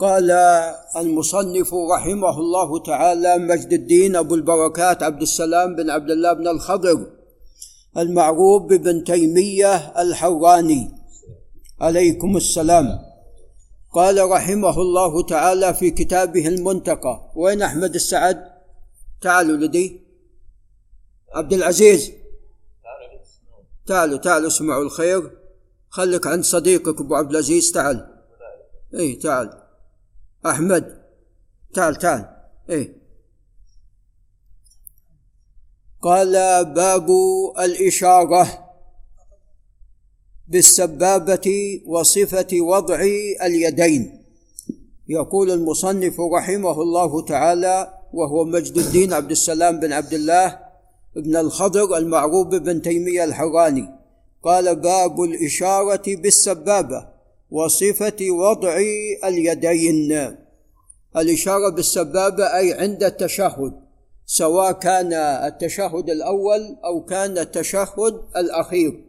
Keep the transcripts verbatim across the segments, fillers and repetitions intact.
قال المصنف رحمه الله تعالى مجد الدين أبو البركات عبد السلام بن عبد الله بن الخضر المعروف بابن تيمية الحراني عليكم السلام. قال رحمه الله تعالى في كتابه المنتقى. وين أحمد السعد؟ تعالوا لدي. عبد العزيز تعالوا تعالوا اسمعوا الخير. خليك عند صديقك أبو عبد العزيز. تعال ايه تعال. أحمد تعال تعال ايه. قال باب الإشارة بالسبابة وصفة وضع اليدين. يقول المصنف رحمه الله تعالى وهو مجد الدين عبد السلام بن عبد الله بن الخضر المعروف بابن تيمية الحراني. قال باب الإشارة بالسبابة وصفة وضع اليدين. الإشارة بالسبابة أي عند التشهد، سواء كان التشهد الأول أو كان التشهد الأخير.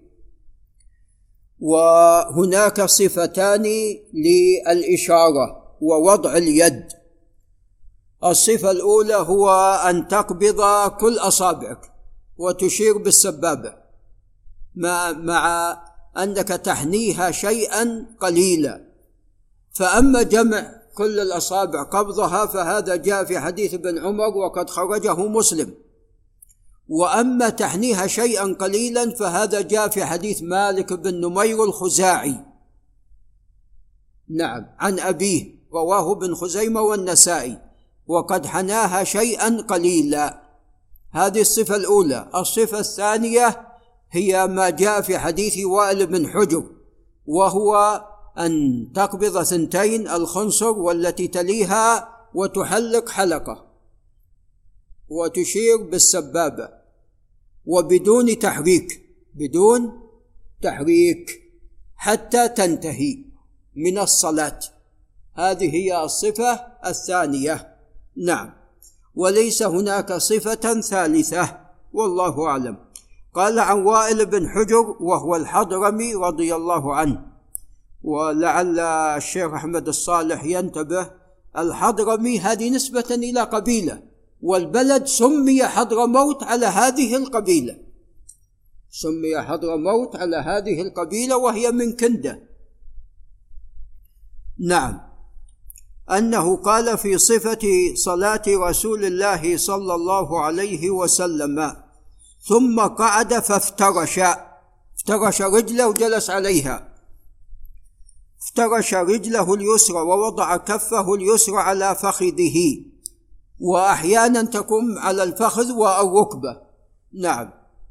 وهناك صفتان للإشارة ووضع اليد. الصفة الأولى هو أن تقبض كل أصابعك وتشير بالسبابة مع أنك تحنيها شيئا قليلا. فأما جمع كل الأصابع قبضها فهذا جاء في حديث ابن عمر وقد خرجه مسلم. وأما تحنيها شيئا قليلا فهذا جاء في حديث مالك بن نمير الخزاعي، نعم، عن أبيه، رواه ابن خزيمة والنسائي، وقد حناها شيئا قليلا. هذه الصفة الأولى. الصفة الثانية هي ما جاء في حديث وائل بن حجر، وهو أن تقبض ثنتين الخنصر والتي تليها وتحلق حلقة وتشير بالسبابة وبدون تحريك، بدون تحريك حتى تنتهي من الصلاة. هذه هي الصفة الثانية، نعم، وليس هناك صفة ثالثة والله أعلم. قال عن وائل بن حجر وهو الحضرمي رضي الله عنه، ولعل الشيخ أحمد الصالح ينتبه، الحضرمي هذه نسبة إلى قبيلة، والبلد سمي حضرموت على هذه القبيلة، سمي حضرموت على هذه القبيلة وهي من كندة، نعم، أنه قال في صفة صلاة رسول الله صلى الله عليه وسلم: ثم قعد فافترش، افترش رجله وجلس عليها، افترش رجله اليسرى ووضع كفه اليسرى على فخذه، وأحيانا تكون على الفخذ والركبة، نعم.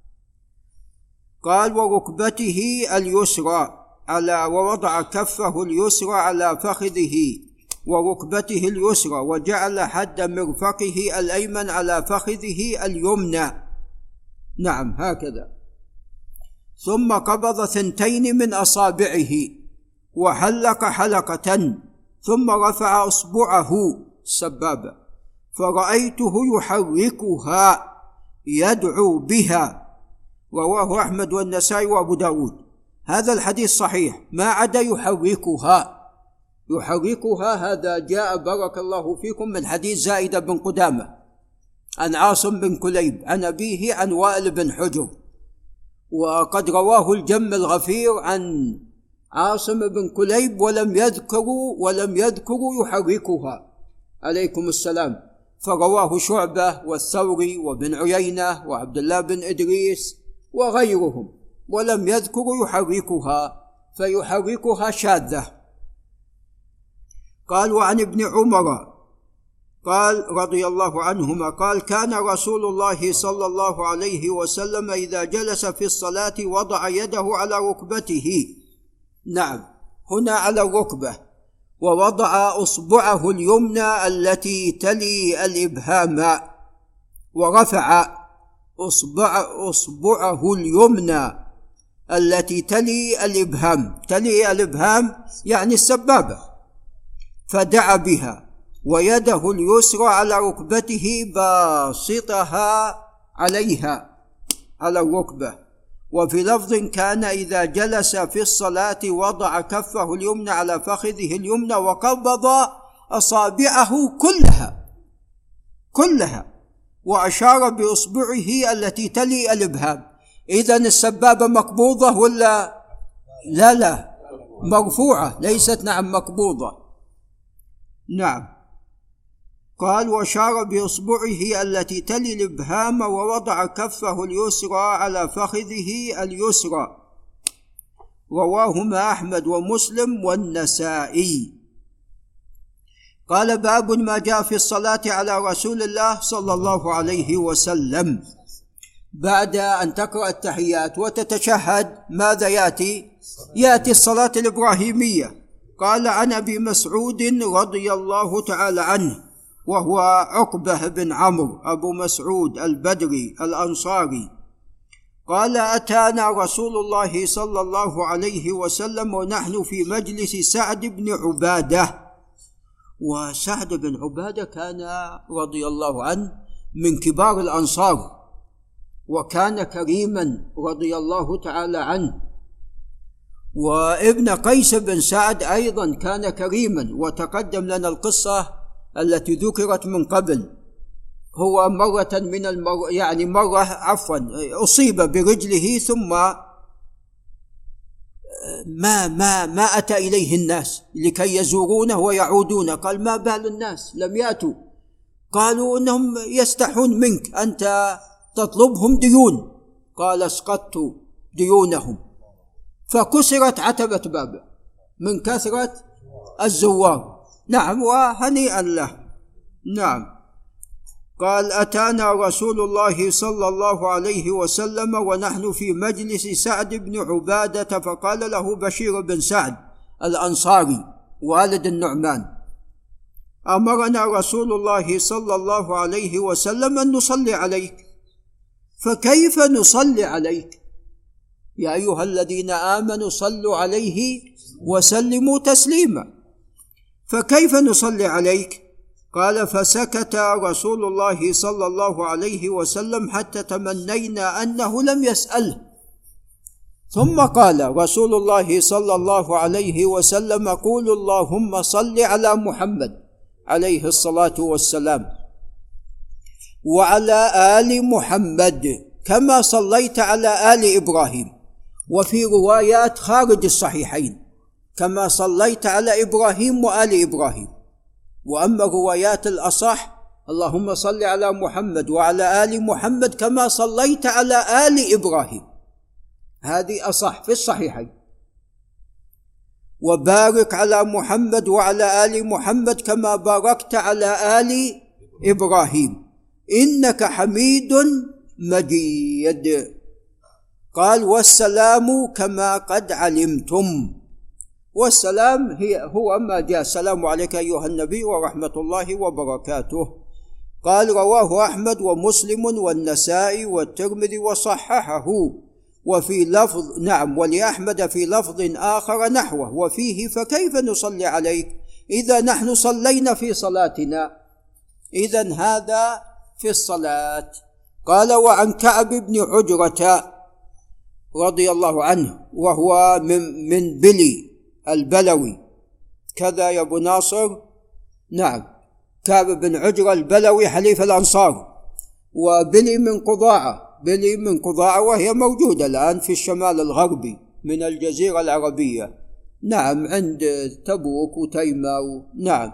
قال وركبته اليسرى على، ووضع كفه اليسرى على فخذه وركبته اليسرى، وجعل حد مرفقه الأيمن على فخذه اليمنى، نعم، هكذا. ثم قبض ثنتين من أصابعه وحلق حلقة، ثم رفع أصبعه السبابة فرأيته يحركها يدعو بها، رواه أحمد والنسائي وأبو داود. هذا الحديث صحيح، ما عدا يحركها، يحركها هذا جاء بارك الله فيكم من حديث زائدة بن قدامة عن عاصم بن كليب عن أبيه عن وائل بن حجر، وقد رواه الجم الغفير عن عاصم بن كليب ولم يذكروا ولم يذكروا يحركها عليكم السلام، فرواه شعبة والثوري وابن عيينة وعبد الله بن إدريس وغيرهم، ولم يذكروا يحركها، فيحركها شاذة. قال وعن ابن عمر قال رضي الله عنهما قال: كان رسول الله صلى الله عليه وسلم إذا جلس في الصلاة وضع يده على ركبته، نعم، هنا على الركبة، ووضع أصبعه اليمنى التي تلي الإبهام، ورفع أصبع أصبعه اليمنى التي تلي الإبهام، تلي الإبهام يعني السبابة، فدعا بها، ويده اليسرى على ركبته باسطها عليها على الركبة. وفي لفظ: كان إذا جلس في الصلاة وضع كفه اليمنى على فخذه اليمنى وقبض أصابعه كلها كلها، وأشار بإصبعه التي تلي الإبهام. إذن السبابة مقبوضة ولا لا؟ لا، مرفوعة، ليست نعم مقبوضة. نعم. قال: وأشار بإصبعه التي تلي الإبهام ووضع كفه اليسرى على فخذه اليسرى. رواهما أحمد ومسلم والنسائي. قال: باب ما جاء في الصلاة على رسول الله صلى الله عليه وسلم. بعد أن تقرأ التحيات وتتشهد ماذا يأتي؟ يأتي الصلاة الإبراهيمية. قال: عن أبي مسعود رضي الله تعالى عنه، وهو عقبة بن عمرو أبو مسعود البدري الأنصاري، قال: أتانا رسول الله صلى الله عليه وسلم ونحن في مجلس سعد بن عبادة. وسعد بن عبادة كان رضي الله عنه من كبار الأنصار، وكان كريما رضي الله تعالى عنه. وابن قيس بن سعد أيضا كان كريما، وتقدم لنا القصة التي ذكرت من قبل. هو مرة من المر... يعني مرة عفوا أصيب برجله، ثم ما ما ما أتى إليه الناس لكي يزورونه ويعودون. قال: ما بال الناس لم يأتوا؟ قالوا: إنهم يستحون منك، أنت تطلبهم ديون. قال: اسقطت ديونهم. فكسرت عتبة بابه من كثرة الزوار. نعم، وهنيئا له. نعم. قال: أتانا رسول الله صلى الله عليه وسلم ونحن في مجلس سعد بن عبادة، فقال له بشير بن سعد الأنصاري والد النعمان: أمرنا رسول الله صلى الله عليه وسلم أن نصلي عليك، فكيف نصلي عليك؟ يا أيها الذين آمنوا صلوا عليه وسلموا تسليما، فكيف نصلي عليك؟ قال: فسكت رسول الله صلى الله عليه وسلم حتى تمنينا أنه لم يسأله، ثم قال رسول الله صلى الله عليه وسلم: قولوا اللهم صل على محمد عليه الصلاة والسلام وعلى آل محمد كما صليت على آل إبراهيم. وفي روايات خارج الصحيحين: كما صليت على إبراهيم وآل إبراهيم. وأما الروايات الأصح: اللهم صل على محمد وعلى آل محمد كما صليت على آل إبراهيم. هذه أصح في الصحيحين. وبارك على محمد وعلى آل محمد كما باركت على آل إبراهيم إنك حميد مجيد. قال: والسلام كما قد علمتم. والسلام هي هو ما جاء: السلام عليك أيها النبي ورحمة الله وبركاته. قال: رواه أحمد ومسلم والنسائي والترمذي وصححه. وفي لفظ نعم ولأحمد في لفظ آخر نحوه، وفيه: فكيف نصلي عليك إذا نحن صلينا في صلاتنا؟ إذن هذا في الصلاة. قال: وعن كعب بن عجرة رضي الله عنه، وهو من, من بلي البلوي. كذا يا أبو ناصر؟ نعم، كعب بن عجرة البلوي حليف الأنصار. وبلي من قضاعة، بلي من قضاعة وهي موجودة الآن في الشمال الغربي من الجزيرة العربية. نعم، عند تبوك وتيمة. نعم.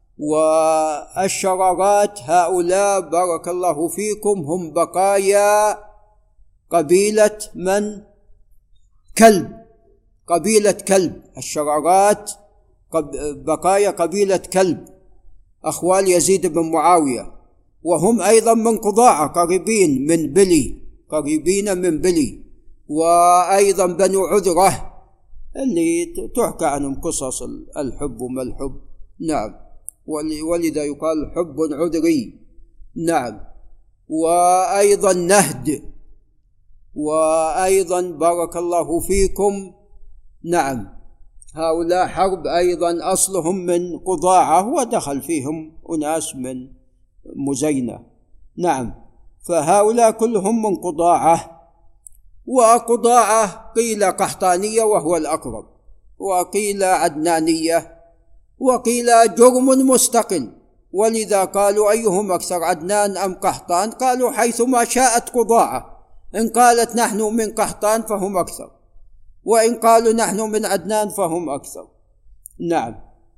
والشرارات هؤلاء بارك الله فيكم هم بقايا قبيلة من؟ كلب، قبيلة كلب. الشرارات بقايا قبيلة كلب أخوال يزيد بن معاوية، وهم أيضا من قضاعة، قريبين من بلي، قريبين من بلي. وأيضا بنو عذرة اللي تحكى عنهم قصص الحب وما الحب. نعم، ولذا يقال حب عذري. نعم. وأيضا نهد، وأيضا بارك الله فيكم. نعم، هؤلاء حرب أيضا أصلهم من قضاعة، ودخل فيهم أناس من مزينة. نعم، فهؤلاء كلهم من قضاعة. وقضاعة قيل قحطانية وهو الأقرب، وقيل عدنانية. وقيل جرم مستقل، ولذا قالوا أيهم أكثر عدنان أم قحطان؟ قالوا حيثما شاءت قضاعة، إن قالت نحن من قحطان فهم أكثر، وإن قالوا نحن من عدنان فهم أكثر. نعم.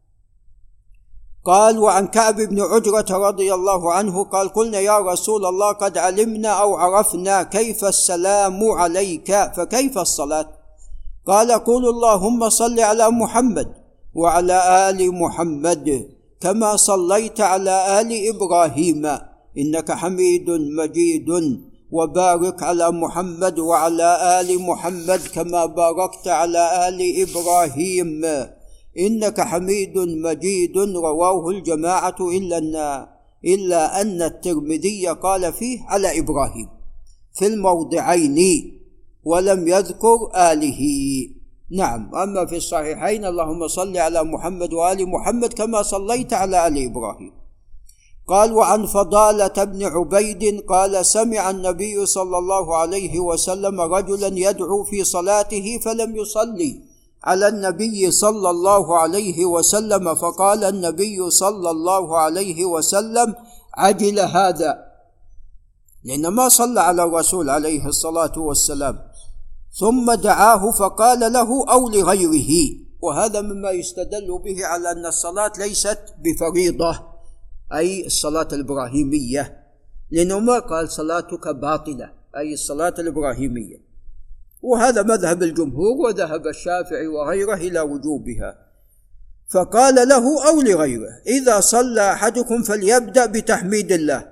قال وعن كعب بن عجرة رضي الله عنه قال قلنا يا رسول الله قد علمنا أو عرفنا كيف السلام عليك فكيف الصلاة؟ قال قول اللهم صل على محمد وعلى آل محمد كما صليت على آل إبراهيم إنك حميد مجيد، وبارك على محمد وعلى آل محمد كما باركت على آل إبراهيم إنك حميد مجيد. رواه الجماعة إلا أن, إلا أن الترمذي قال فيه على إبراهيم في الموضعين ولم يذكر آله. نعم. أما في الصحيحين اللهم صل على محمد وآل محمد كما صليت على آل إبراهيم. قال وعن فضالة بن عبيد قال سمع النبي صلى الله عليه وسلم رجلا يدعو في صلاته فلم يصلي على النبي صلى الله عليه وسلم، فقال النبي صلى الله عليه وسلم عجل هذا، لأن ما صلى على الرسول عليه الصلاة والسلام، ثم دعاه فقال له أو لغيره. وهذا مما يستدل به على أن الصلاة ليست بفريضة، أي الصلاة الإبراهيمية، لأنه ما قال صلاتك باطلة، أي الصلاة الإبراهيمية. وهذا مذهب الجمهور وذهب الشافعي وغيره إلى وجوبها. فقال له أو لغيره إذا صلى أحدكم فليبدأ بتحميد الله،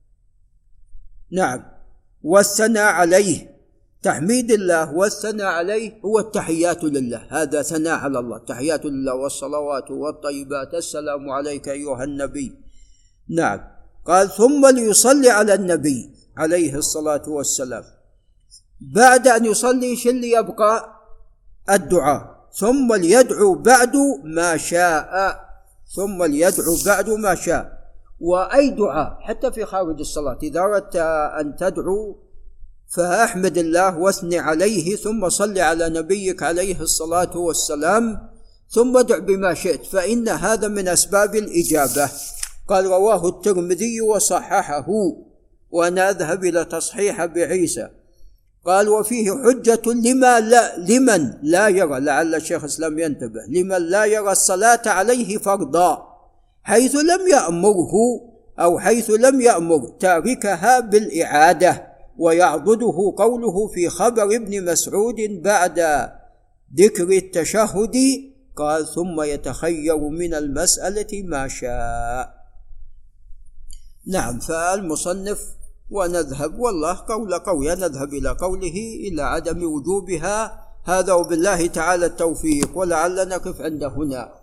نعم، والثناء عليه. تحميد الله والثناء عليه هو التحيات لله، هذا ثناء على الله، تحيات لله والصلوات والطيبات، السلام عليك أيها النبي. نعم. قال ثم ليصلي على النبي عليه الصلاة والسلام. بعد أن يصلي شو اللي يبقى؟ الدعاء. ثم ليدعو بعد ما شاء، ثم ليدعو بعد ما شاء. وأي دعاء حتى في خارج الصلاة إذا أردت أن تدعو فأحمد الله واثني عليه، ثم صل على نبيك عليه الصلاة والسلام، ثم ادع بما شئت، فإن هذا من أسباب الإجابة. قال رواه الترمذي وصححه، وأنا أذهب إلى تصحيح بعيسى. قال وفيه حجة لما لا لمن لا يرى، لعل الشيخ الإسلام ينتبه، لمن لا يرى الصلاة عليه فرضا، حيث لم يأمره أو حيث لم يأمر تاركها بالإعادة. ويعضده قوله في خبر ابن مسعود بعد ذكر التشهد قال ثم يتخير من المسألة ما شاء. نعم. فالمصنف ونذهب والله قول قوي نذهب إلى قوله إلى عدم وجوبها، هذا وبالله تعالى التوفيق، ولعل نقف عند هنا.